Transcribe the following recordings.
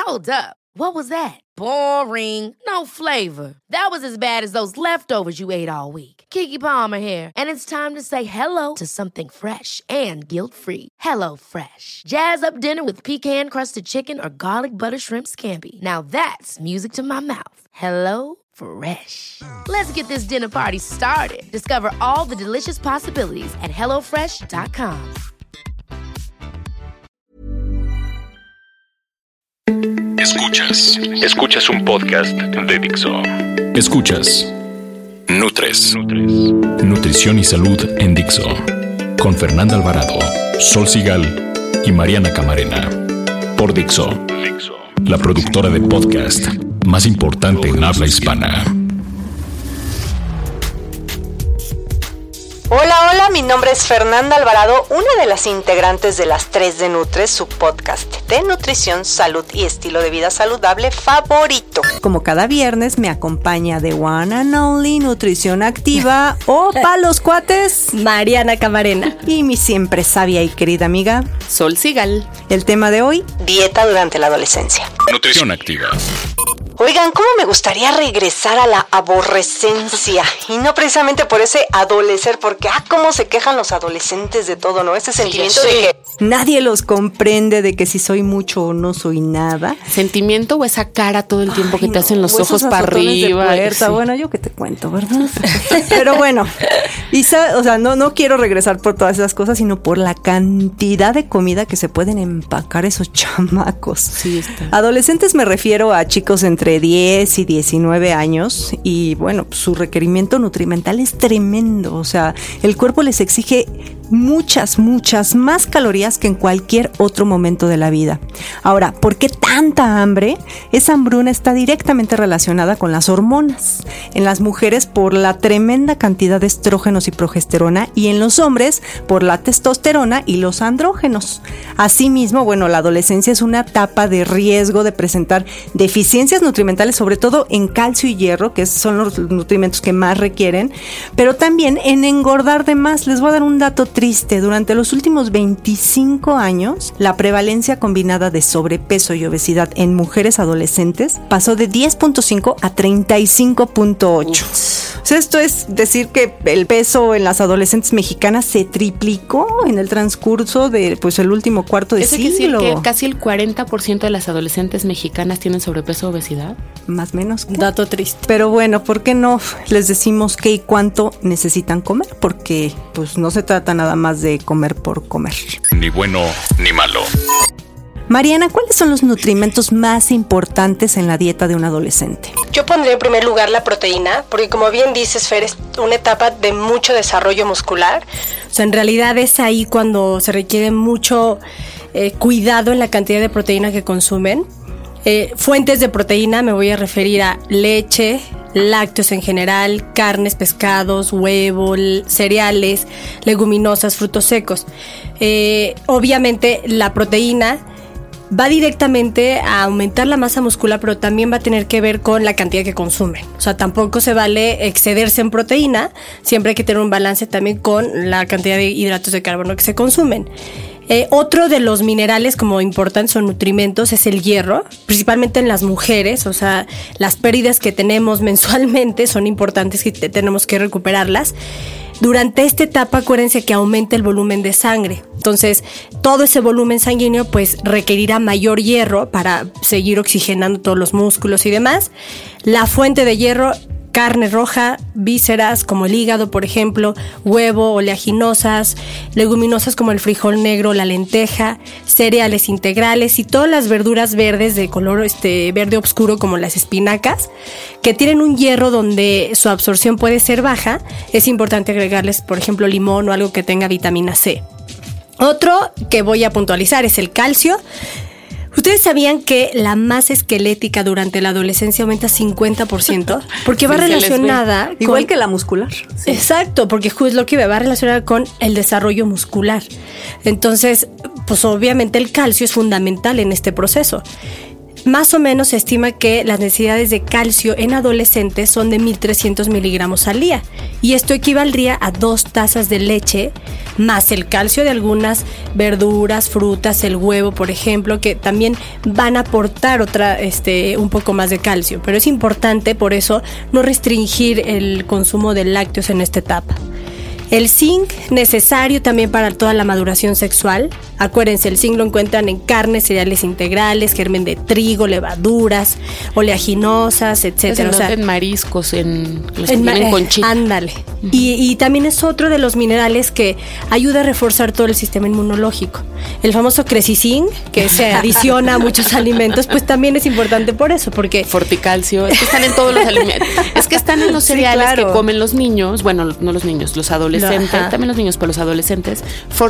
Hold up. What was that? Boring. No flavor. That was as bad as those leftovers you ate all week. Keke Palmer here, and it's time to say hello to something fresh and guilt-free. Hello Fresh. Jazz up dinner with pecan-crusted chicken or garlic butter shrimp scampi. Now that's music to my mouth. Hello Fresh. Let's get this dinner party started. Discover all the delicious possibilities at hellofresh.com. Escuchas un podcast de Dixo. Escuchas Nutres. Nutrición y salud en Dixo. Con Fernanda Alvarado, Sol Sigal y Mariana Camarena. Por Dixo, la productora de podcast más importante en habla hispana. Hola, mi nombre es Fernanda Alvarado, una de las integrantes de Las 3 de Nutres, su podcast de nutrición, salud y estilo de vida saludable favorito. Como cada viernes me acompaña The One and Only Nutrición Activa o pa' los cuates, Mariana Camarena. Y mi siempre sabia y querida amiga, Sol Sigal. El tema de hoy: dieta durante la adolescencia. Nutrición Activa. Oigan, ¿cómo me gustaría regresar a la aborrecencia? Y no precisamente por ese adolecer, porque cómo se quejan los adolescentes de todo, ¿no? Ese sentimiento de que nadie los comprende, de que si soy mucho o no soy nada. Sentimiento o esa cara todo el tiempo que te hacen los ojos para arriba. Sí. Bueno, yo que te cuento, ¿verdad? Pero bueno, no quiero regresar por todas esas cosas, sino por la cantidad de comida que se pueden empacar esos chamacos. Sí, está. Adolescentes me refiero a chicos entre 10 y 19 años y bueno, su requerimiento nutrimental es tremendo. O sea, el cuerpo les exige muchas más calorías que en cualquier otro momento de la vida. Ahora, ¿por qué tanta hambre? Esa hambruna está directamente relacionada con las hormonas. En las mujeres por la tremenda cantidad de estrógenos y progesterona, y en los hombres por la testosterona y los andrógenos. Asimismo, bueno, la adolescencia es una etapa de riesgo de presentar deficiencias nutrimentales, sobre todo en calcio y hierro, que son los nutrimentos que más requieren, pero también en engordar de más. Les voy a dar un dato triste. Durante los últimos 25 años, la prevalencia combinada de sobrepeso y obesidad en mujeres adolescentes pasó de 10.5 a 35.8. O sea, esto es decir que el peso en las adolescentes mexicanas se triplicó en el transcurso de el último cuarto de siglo. ¿Es decir que casi el 40% de las adolescentes mexicanas tienen sobrepeso o obesidad? Más o menos. Dato triste. Pero bueno, ¿por qué no les decimos qué y cuánto necesitan comer? Porque no se trata nada más de comer por comer. Ni bueno ni malo. Mariana, ¿cuáles son los nutrimentos más importantes en la dieta de un adolescente? yo pondría en primer lugar la proteína, porque como bien dices, Fer, es una etapa de mucho desarrollo muscular. O sea, en realidad es ahí cuando se requiere mucho cuidado en la cantidad de proteína que consumen. Fuentes de proteína, me voy a referir a leche, lácteos en general, carnes, pescados, huevo, cereales, leguminosas, frutos secos. Obviamente la proteína va directamente a aumentar la masa muscular, pero también va a tener que ver con la cantidad que consumen. O sea, tampoco se vale excederse en proteína, siempre hay que tener un balance también con la cantidad de hidratos de carbono que se consumen. Otro de los minerales como importantes o nutrimentos es el hierro, principalmente en las mujeres. O sea, las pérdidas que tenemos mensualmente son importantes y tenemos que recuperarlas. Durante esta etapa, acuérdense que aumenta el volumen de sangre. Entonces, todo ese volumen sanguíneo pues requerirá mayor hierro para seguir oxigenando todos los músculos y demás. La fuente de hierro: carne roja, vísceras como el hígado, por ejemplo, huevo, oleaginosas, leguminosas como el frijol negro, la lenteja, cereales integrales y todas las verduras verdes de color verde oscuro como las espinacas, que tienen un hierro donde su absorción puede ser baja. Es importante agregarles, por ejemplo, limón o algo que tenga vitamina C. Otro que voy a puntualizar es el calcio. ¿Ustedes sabían que la masa esquelética durante la adolescencia aumenta 50%? Porque va relacionada con... Igual que la muscular. Sí. Exacto, porque es lo que va relacionada con el desarrollo muscular. Entonces, pues obviamente el calcio es fundamental en este proceso. más o menos se estima que las necesidades de calcio en adolescentes son de 1.300 miligramos al día. Y esto equivaldría a 2 tazas de leche más el calcio de algunas verduras, frutas, el huevo, por ejemplo, que también van a aportar un poco más de calcio. Pero es importante, por eso, no restringir el consumo de lácteos en esta etapa. El zinc, necesario también para toda la maduración sexual. Acuérdense, el zinc lo encuentran en carnes, cereales integrales, germen de trigo, levaduras, oleaginosas, etcétera. O sea, en mariscos, en los que vienen con chile. Ándale. Y también es otro de los minerales que ayuda a reforzar todo el sistema inmunológico. El famoso crecicin, que se adiciona a muchos alimentos, pues también es importante por eso, porque... Forticalcio, es que están en todos los alimentos. Es que están en los cereales que comen los niños, bueno, no los niños, los adolescentes, también los niños, pero los adolescentes,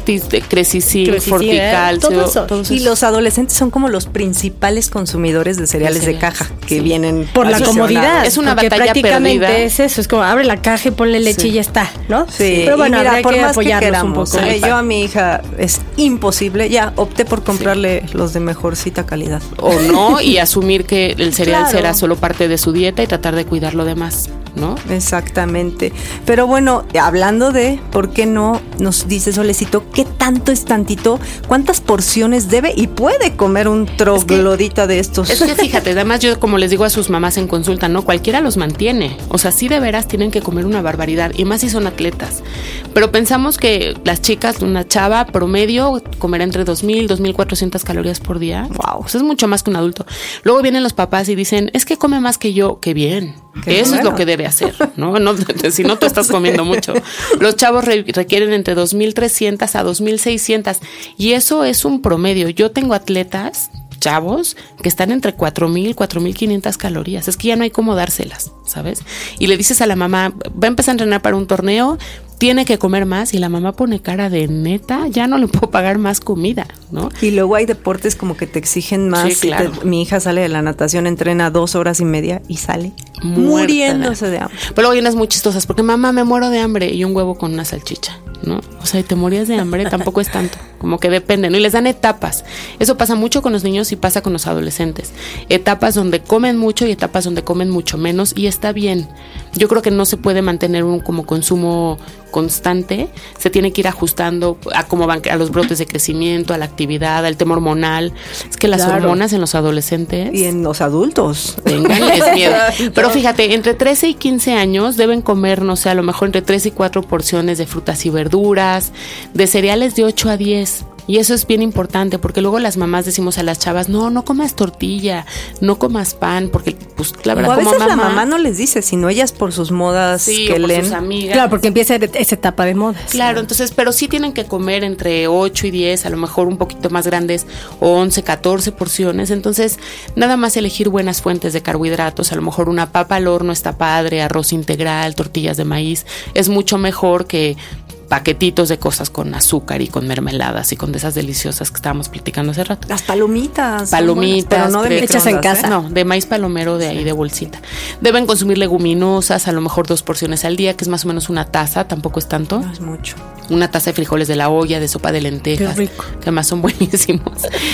crecicin, forticalcio, todo eso. Y los adolescentes son como los principales consumidores de cereales de caja que vienen por la comodidad. Es una batalla prácticamente perdida. Es eso, es como abre la caja y ponle leche y ya está, ¿no? Sí. Pero bueno, mira, por que más apoyarnos que queramos, un poco. Yo a mi hija es imposible, ya opté por comprarle los de mejorcita calidad. O no, y asumir que el cereal será solo parte de su dieta y tratar de cuidar lo demás, ¿no? Exactamente. Pero bueno, hablando de por qué no, nos dice Solecito, ¿qué tanto es tantito? ¿Cuántas porciones debe y puede comer un troglodita de estos? Es que fíjate, además yo como les digo a sus mamás en consulta, no cualquiera los mantiene. O sea, sí de veras tienen que comer una barbaridad, y más si son atletas. Pero pensamos que las chicas, una chava promedio, comerá entre 2.000, 2.400 calorías por día. Wow, eso es mucho más que un adulto. Luego vienen los papás y dicen, es que come más que yo. Qué bien. Eso es lo que debe hacer, ¿no? Si no, tú estás comiendo mucho. Los chavos requieren entre 2.300 a 2.600 y eso es un promedio. Yo tengo atletas, chavos, que están entre 4.000, 4.500 calorías. Es que ya no hay cómo dárselas, ¿sabes? Y le dices a la mamá, va a empezar a entrenar para un torneo, tiene que comer más, y la mamá pone cara de neta, ya no le puedo pagar más comida, ¿no? Y luego hay deportes como que te exigen más. Sí, claro. Mi hija sale de la natación, entrena 2 horas y media y sale muriéndose de hambre. Pero luego hay unas muy chistosas, porque mamá, me muero de hambre, y un huevo con una salchicha, ¿no? O sea, y te morías de hambre, tampoco es tanto, como que depende, ¿no? Y les dan etapas. Eso pasa mucho con los niños y pasa con los adolescentes. Etapas donde comen mucho y etapas donde comen mucho menos, y está bien. Yo creo que no se puede mantener un como consumo constante, se tiene que ir ajustando a cómo van a los brotes de crecimiento, a la actividad, al tema hormonal. Es que las hormonas en los adolescentes y en los adultos, ténganles miedo. Pero fíjate, entre 13 y 15 años deben comer, no sé, a lo mejor entre 3 y 4 porciones de frutas y verduras, de cereales de 8 a 10. Y eso es bien importante, porque luego las mamás decimos a las chavas, no comas tortilla, no comas pan, porque pues la verdad, o a veces como mamá, la mamá no les dice, sino ellas por sus modas que por leen. sus amigas. Claro, porque empieza esa etapa de moda. Claro, entonces, pero sí tienen que comer entre 8 y 10, a lo mejor un poquito más grandes, 11, 14 porciones. Entonces, nada más elegir buenas fuentes de carbohidratos, a lo mejor una papa al horno está padre, arroz integral, tortillas de maíz, es mucho mejor que paquetitos de cosas con azúcar y con mermeladas y con de esas deliciosas que estábamos platicando hace rato. Las palomitas. Palomitas, pero no de hechas en casa. No, de maíz palomero de ahí de bolsita. Deben consumir leguminosas, a lo mejor 2 porciones al día, que es más o menos una taza, tampoco es tanto. No es mucho. Una taza de frijoles de la olla, de sopa de lentejas, qué rico, que además son buenísimos.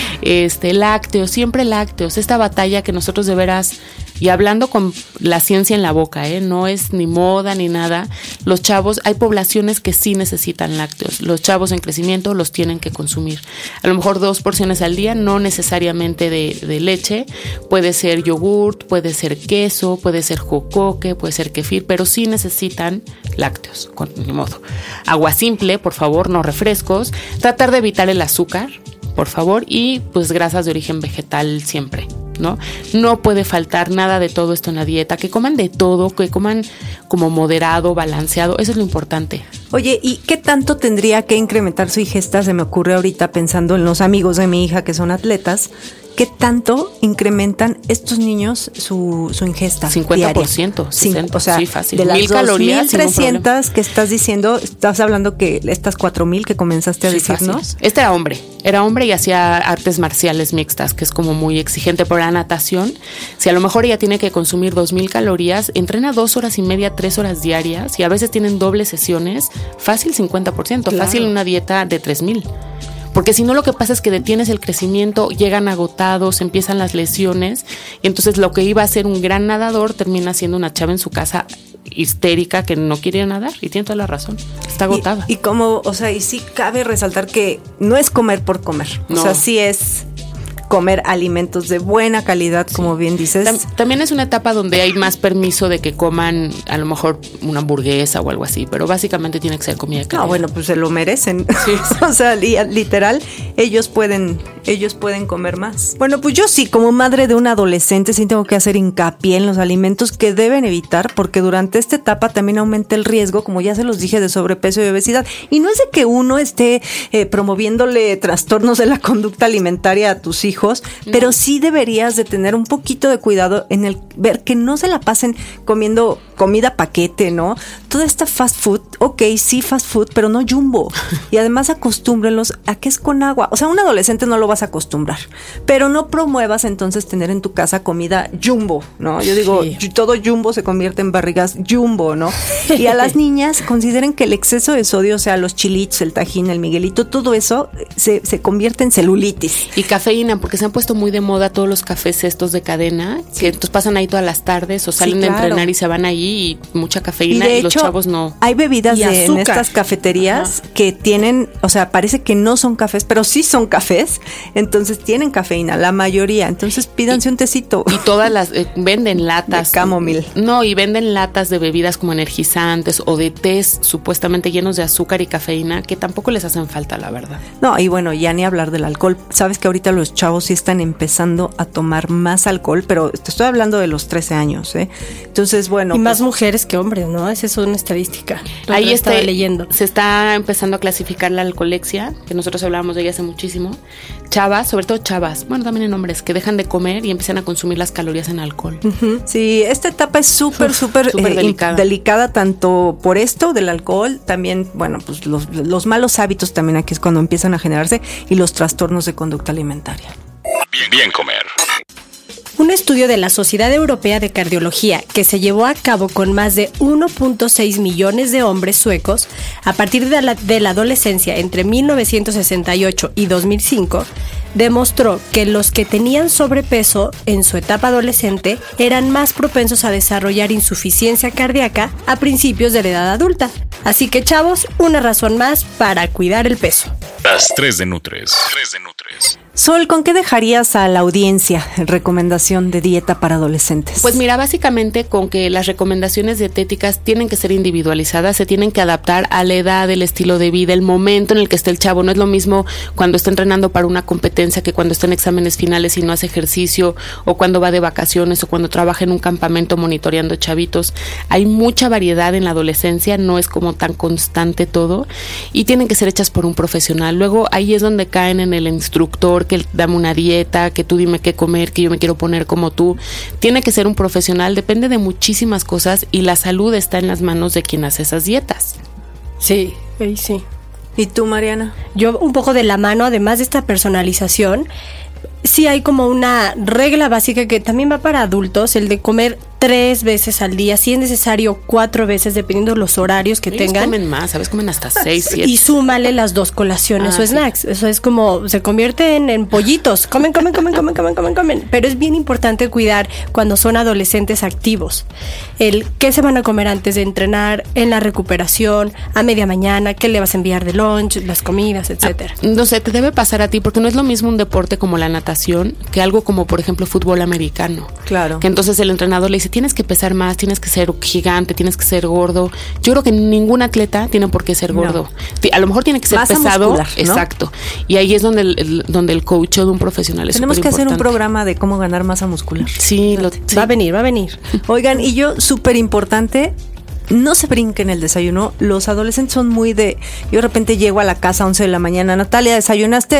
Lácteos, siempre lácteos. Esta batalla que nosotros de veras, y hablando con la ciencia en la boca, no es ni moda ni nada. Los chavos, hay poblaciones que sí necesitan lácteos. Los chavos en crecimiento los tienen que consumir. A lo mejor 2 porciones al día, no necesariamente de leche. Puede ser yogurt, puede ser queso, puede ser jocoque, puede ser kefir, pero sí necesitan lácteos, ni modo. Agua simple, por favor, no refrescos. Tratar de evitar el azúcar, por favor, y pues grasas de origen vegetal siempre, ¿no? No puede faltar nada de todo esto en la dieta, que coman de todo, que coman como moderado, balanceado, eso es lo importante. Oye, ¿y qué tanto tendría que incrementar su ingesta? Se me ocurre ahorita pensando en los amigos de mi hija que son atletas. ¿Qué tanto incrementan estos niños su ingesta 50%, diaria? 60%, o sea, sí, fácil. de las 2.300 que estás diciendo, estás hablando que estas 4.000 que comenzaste a decir, fácil. ¿no? Este era hombre y hacía artes marciales mixtas, que es como muy exigente por la natación. Si a lo mejor ella tiene que consumir 2.000 calorías, entrena 2 horas y media, 3 horas diarias, y a veces tienen dobles sesiones, fácil 50%, claro. Fácil una dieta de 3.000. porque si no lo que pasa es que detienes el crecimiento, llegan agotados, empiezan las lesiones, y entonces lo que iba a ser un gran nadador termina siendo una chava en su casa histérica que no quiere nadar, y tiene toda la razón, está agotada. Y como, o sea, y sí cabe resaltar que no es comer por comer, No. o sea, sí es comer alimentos de buena calidad, como bien dices. También es una etapa donde hay más permiso de que coman a lo mejor una hamburguesa o algo así, pero básicamente tiene que ser comida de calidad. No, bueno, pues se lo merecen. Sí. O sea, literal, ellos pueden comer más. Bueno, pues yo sí, como madre de un adolescente, sí tengo que hacer hincapié en los alimentos que deben evitar, porque durante esta etapa también aumenta el riesgo, como ya se los dije, de sobrepeso y obesidad. Y no es de que uno esté promoviéndole trastornos de la conducta alimentaria a tus hijos, pero sí deberías de tener un poquito de cuidado en el ver que no se la pasen comiendo comida paquete, ¿no? Toda esta fast food, ok, sí fast food, pero no jumbo. Y además acostúmbrenlos a que es con agua. O sea, un adolescente no lo vas a acostumbrar, pero no promuevas entonces tener en tu casa comida jumbo, ¿no? Yo digo, todo jumbo se convierte en barrigas jumbo, ¿no? Y a las niñas consideren que el exceso de sodio, o sea, los chilitos, el tajín, el miguelito, todo eso se convierte en celulitis. Y cafeína, porque se han puesto muy de moda todos los cafés estos de cadena, que entonces pasan ahí todas las tardes o salen de entrenar y se van ahí y mucha cafeína, y los chavos no. Hay bebidas en estas cafeterías que tienen, o sea, parece que no son cafés, pero sí son cafés, entonces tienen cafeína, la mayoría, entonces pídanse un tecito. Y todas las venden latas. De camomil. No, y venden latas de bebidas como energizantes o de tés supuestamente llenos de azúcar y cafeína, que tampoco les hacen falta, la verdad. No, y bueno, ya ni hablar del alcohol. Sabes que ahorita los chavos sí están empezando a tomar más alcohol, pero te estoy hablando de los 13 años, ¿eh? Entonces, bueno. Y más mujeres que hombres, ¿no? Esa es una estadística. Ahí estaba leyendo. Se está empezando a clasificar la alcoholexia, que nosotros hablábamos de ella hace muchísimo. Chavas, sobre todo chavas, bueno, también en hombres, que dejan de comer y empiezan a consumir las calorías en alcohol. Uh-huh. Sí, esta etapa es súper delicada, tanto por esto del alcohol, también, bueno, pues los malos hábitos también aquí es cuando empiezan a generarse, y los trastornos de conducta alimentaria. Bien comer. Un estudio de la Sociedad Europea de Cardiología, que se llevó a cabo con más de 1.6 millones de hombres suecos a partir de la adolescencia entre 1968 y 2005, demostró que los que tenían sobrepeso en su etapa adolescente eran más propensos a desarrollar insuficiencia cardíaca a principios de la edad adulta. Así que, chavos, una razón más para cuidar el peso. Las 3 de Nutres. Sol, ¿con qué dejarías a la audiencia recomendación de dieta para adolescentes? Pues mira, básicamente con que las recomendaciones dietéticas tienen que ser individualizadas, se tienen que adaptar a la edad, el estilo de vida, el momento en el que esté el chavo. No es lo mismo cuando está entrenando para una competencia que cuando está en exámenes finales y no hace ejercicio, o cuando va de vacaciones, o cuando trabaja en un campamento monitoreando chavitos. Hay mucha variedad en la adolescencia, no es como tan constante todo, y tienen que ser hechas por un profesional. Luego ahí es donde caen en el instructor, que dame una dieta, que tú dime qué comer, que yo me quiero poner como tú. Tiene que ser un profesional, depende de muchísimas cosas, y la salud está en las manos de quien hace esas dietas. Sí, sí. ¿Y tú, Mariana? Yo un poco de la mano, además de esta personalización, sí hay como una regla básica que también va para adultos, el de comer 3 veces al día, si es necesario 4 veces, dependiendo de los horarios que ellos tengan. Comen más, ¿sabes? Comen hasta 6, 7. Y súmale las 2 colaciones o snacks. Sí. Eso es como, se convierte en pollitos. Comen. Pero es bien importante cuidar cuando son adolescentes activos. El qué se van a comer antes de entrenar, en la recuperación, a media mañana, qué le vas a enviar de lunch, las comidas, etcétera. No sé, te debe pasar a ti, porque no es lo mismo un deporte como la natación que algo como, por ejemplo, fútbol americano. Claro. Que entonces el entrenador le dice, tienes que pesar más, tienes que ser gigante, tienes que ser gordo. Yo creo que ningún atleta tiene por qué ser gordo. A lo mejor tiene que ser masa pesado. Muscular, ¿no? Exacto. Y ahí es donde el coach de un profesional es Tenemos que superimportante. hacer un programa de cómo ganar masa muscular. Sí, va a venir. Oigan, y yo, súper importante, no se brinquen el desayuno. Los adolescentes son muy de... Yo de repente llego a la casa a 11 de la mañana. Natalia, ¿desayunaste?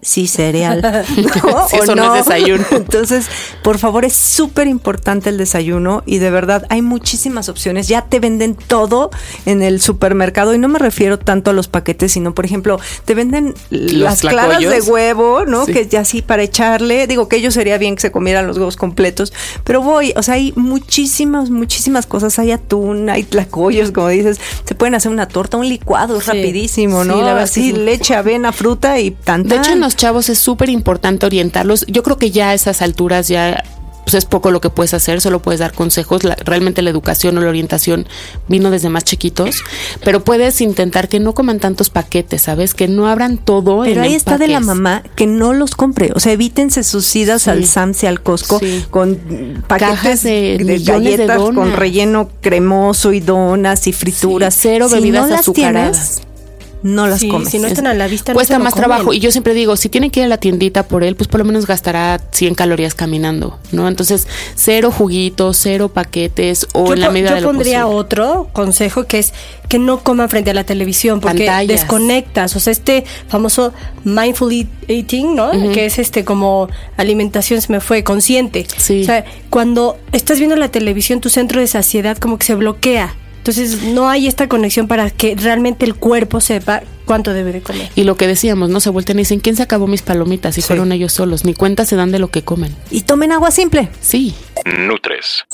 sí cereal. ¿No? Eso no es desayuno. Entonces, por favor, es súper importante el desayuno y de verdad hay muchísimas opciones. Ya te venden todo en el supermercado y no me refiero tanto a los paquetes, sino, por ejemplo, te venden las claras de huevo, ¿no? Sí. Que ya sí para echarle, digo que ellos sería bien que se comieran los huevos completos, pero o sea, hay muchísimas cosas, hay atún, hay tlacoyos, como dices, se pueden hacer una torta, un licuado rapidísimo, ¿no? Así leche, avena, fruta y tan. De hecho, en los chavos es súper importante orientarlos. Yo creo que ya a esas alturas ya pues es poco lo que puedes hacer, solo puedes dar consejos. Realmente la educación o la orientación vino desde más chiquitos, pero puedes intentar que no coman tantos paquetes, ¿sabes? Que no abran todo. Pero en ahí empaques. Está de la mamá que no los compre, o sea, evítense sus idas al Sam's y al Costco con paquetes de galletas con relleno cremoso y donas y frituras. Cero bebidas azucaradas. No las comes. Si no están a la vista, cuesta más trabajo. Y yo siempre digo, si tienen que ir a la tiendita por él, pues por lo menos gastará 100 calorías caminando, ¿no? Entonces, cero juguitos, cero paquetes o en la medida de lo posible. Yo pondría otro consejo que es que no coman frente a la televisión porque desconectas. O sea, este famoso mindful eating, ¿no? Uh-huh. Que es como alimentación, se me fue, consciente. Sí. O sea, cuando estás viendo la televisión, tu centro de saciedad como que se bloquea. Entonces no hay esta conexión para que realmente el cuerpo sepa cuánto debe de comer. Y lo que decíamos, no se vuelten y dicen, ¿quién se acabó mis palomitas? Y fueron ellos solos, ni cuenta se dan de lo que comen. Y tomen agua simple. Sí. Nutres.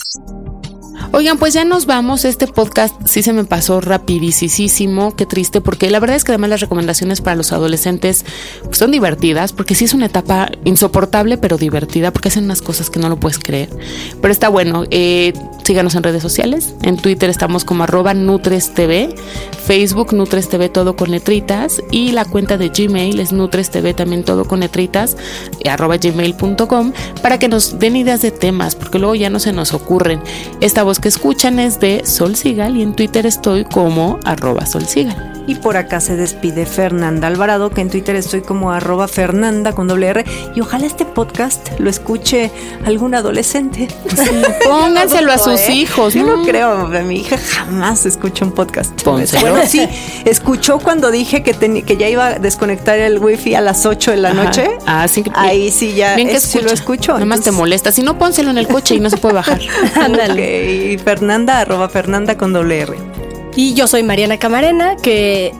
Oigan, pues ya nos vamos. Este podcast sí se me pasó rapidísimo. Qué triste, porque la verdad es que además las recomendaciones para los adolescentes pues, son divertidas, porque sí es una etapa insoportable, pero divertida, porque hacen unas cosas que no lo puedes creer. Pero está bueno. Síganos en redes sociales. En Twitter estamos como @NutresTV, Facebook NutresTV todo con letritas, y la cuenta de Gmail es NutresTV también todo con letritas, @gmail.com, para que nos den ideas de temas, porque luego ya no se nos ocurren. Esta voz que escuchan es de Sol Sigal y en Twitter estoy como @SolSigal. Y por acá se despide Fernanda Alvarado, que en Twitter estoy como @Fernanda con doble R. Y ojalá este podcast lo escuche algún adolescente. Sí, pónganselo a sus hijos. Yo no creo, mi hija jamás escucha un podcast. Pónselo. Bueno, sí, escuchó cuando dije que ya iba a desconectar el wifi a las 8 de la noche. Sí. Ahí sí ya bien que sí lo escucho. Nada más te molesta. Si no, pónselo en el coche y no se puede bajar. Ándale. Y Fernanda, @Fernanda con doble R. Y yo soy Mariana Camarena, que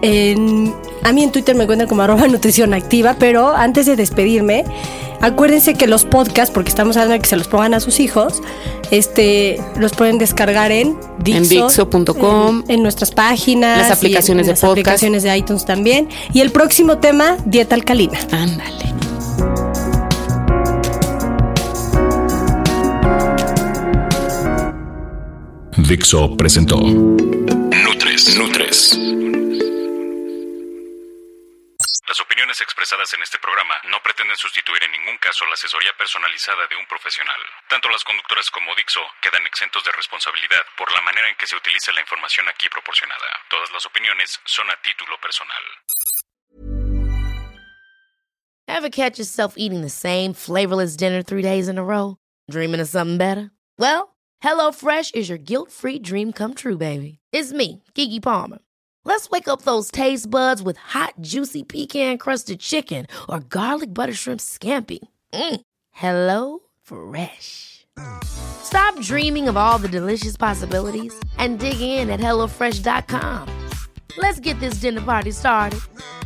a mí en Twitter me encuentran como @Nutrición Activa, pero antes de despedirme, acuérdense que los podcasts, porque estamos hablando de que se los pongan a sus hijos, los pueden descargar en Dixo.com, en nuestras páginas, las aplicaciones de podcast, las aplicaciones de iTunes también. Y el próximo tema, dieta alcalina. Ándale. Dixo presentó Nutres. Las opiniones expresadas en este programa no pretenden sustituir en ningún caso la asesoría personalizada de un profesional. Tanto las conductoras como Dixo quedan exentos de responsabilidad por la manera en que se utiliza la información aquí proporcionada. Todas las opiniones son a título personal. Ever catch yourself eating the same flavorless dinner 3 days in a row? Dreaming of something better? Well, HelloFresh is your guilt-free dream come true, baby. It's me, Keke Palmer. Let's wake up those taste buds with hot, juicy pecan-crusted chicken or garlic butter shrimp scampi. Hello Fresh. Stop dreaming of all the delicious possibilities and dig in at HelloFresh.com. Let's get this dinner party started.